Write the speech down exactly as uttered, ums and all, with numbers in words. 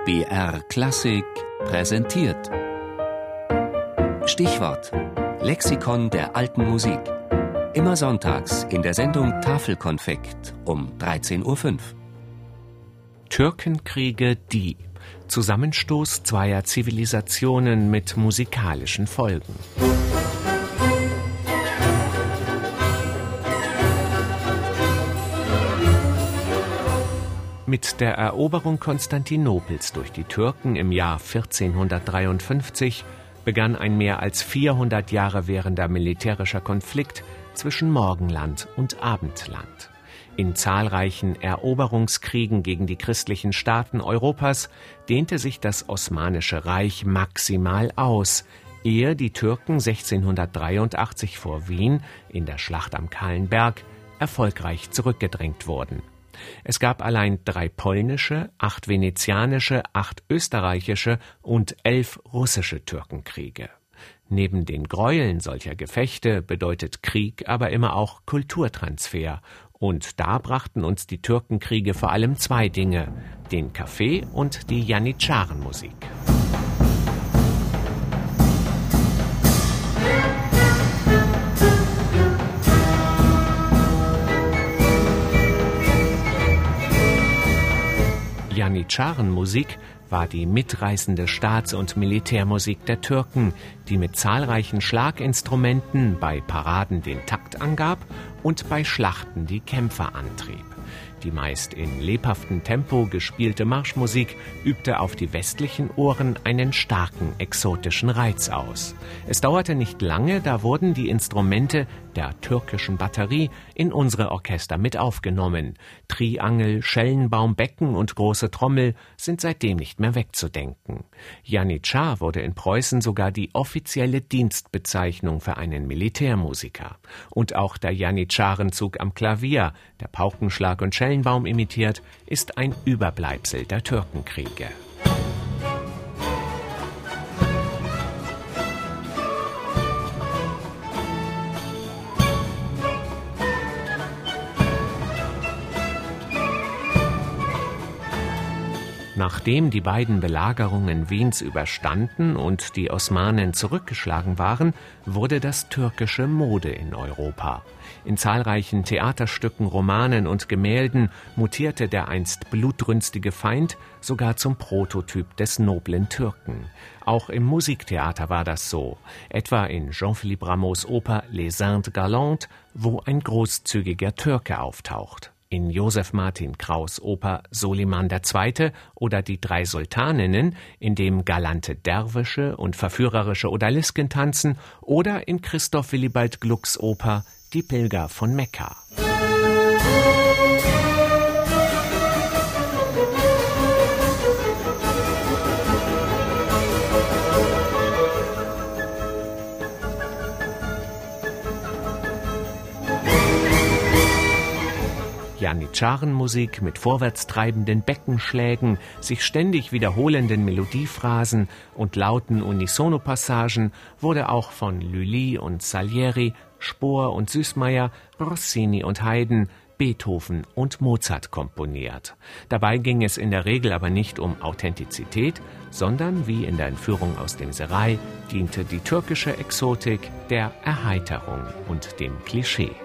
B R Klassik präsentiert. Stichwort: Lexikon der alten Musik. Immer sonntags in der Sendung Tafelkonfekt um dreizehn Uhr fünf. Türkenkriege, die Zusammenstoß zweier Zivilisationen mit musikalischen Folgen. Mit der Eroberung Konstantinopels durch die Türken im Jahr vierzehnhundertdreiundfünfzig begann ein mehr als vierhundert Jahre währender militärischer Konflikt zwischen Morgenland und Abendland. In zahlreichen Eroberungskriegen gegen die christlichen Staaten Europas dehnte sich das Osmanische Reich maximal aus, ehe die Türken sechzehnhundertdreiundachtzig vor Wien in der Schlacht am Kahlen Berg erfolgreich zurückgedrängt wurden. Es gab allein drei polnische, acht venezianische, acht österreichische und elf russische Türkenkriege. Neben den Gräueln solcher Gefechte bedeutet Krieg aber immer auch Kulturtransfer. Und da brachten uns die Türkenkriege vor allem zwei Dinge: den Kaffee und die Janitscharenmusik. Janitscharenmusik war die mitreißende Staats- und Militärmusik der Türken, die mit zahlreichen Schlaginstrumenten bei Paraden den Takt angab und bei Schlachten die Kämpfer antrieb. Die meist in lebhaftem Tempo gespielte Marschmusik übte auf die westlichen Ohren einen starken exotischen Reiz aus. Es dauerte nicht lange, da wurden die Instrumente der türkischen Batterie in unsere Orchester mit aufgenommen. Triangel, Schellenbaum, Becken und große Trommel sind seitdem nicht mehr wegzudenken. Janitschar wurde in Preußen sogar die offizielle Dienstbezeichnung für einen Militärmusiker. Und auch der Janitscharenzug am Klavier, der Paukenschlag und Schellenbaum imitiert, ist ein Überbleibsel der Türkenkriege. Nachdem die beiden Belagerungen Wiens überstanden und die Osmanen zurückgeschlagen waren, wurde das Türkische Mode in Europa. In zahlreichen Theaterstücken, Romanen und Gemälden mutierte der einst blutrünstige Feind sogar zum Prototyp des noblen Türken. Auch im Musiktheater war das so, etwa in Jean-Philippe Rameaus Oper Les Indes Galantes, wo ein großzügiger Türke auftaucht. In Joseph Martin Kraus' Oper Soliman der Zweite oder Die drei Sultaninnen, in dem galante Derwische und verführerische Odalisken tanzen, oder in Christoph Willibald Glucks Oper Die Pilger von Mekka. Janitscharenmusik mit vorwärtstreibenden Beckenschlägen, sich ständig wiederholenden Melodiephrasen und lauten Unisono-Passagen wurde auch von Lully und Salieri, Spohr und Süßmayr, Rossini und Haydn, Beethoven und Mozart komponiert. Dabei ging es in der Regel aber nicht um Authentizität, sondern, wie in der Entführung aus dem Serail, diente die türkische Exotik der Erheiterung und dem Klischee.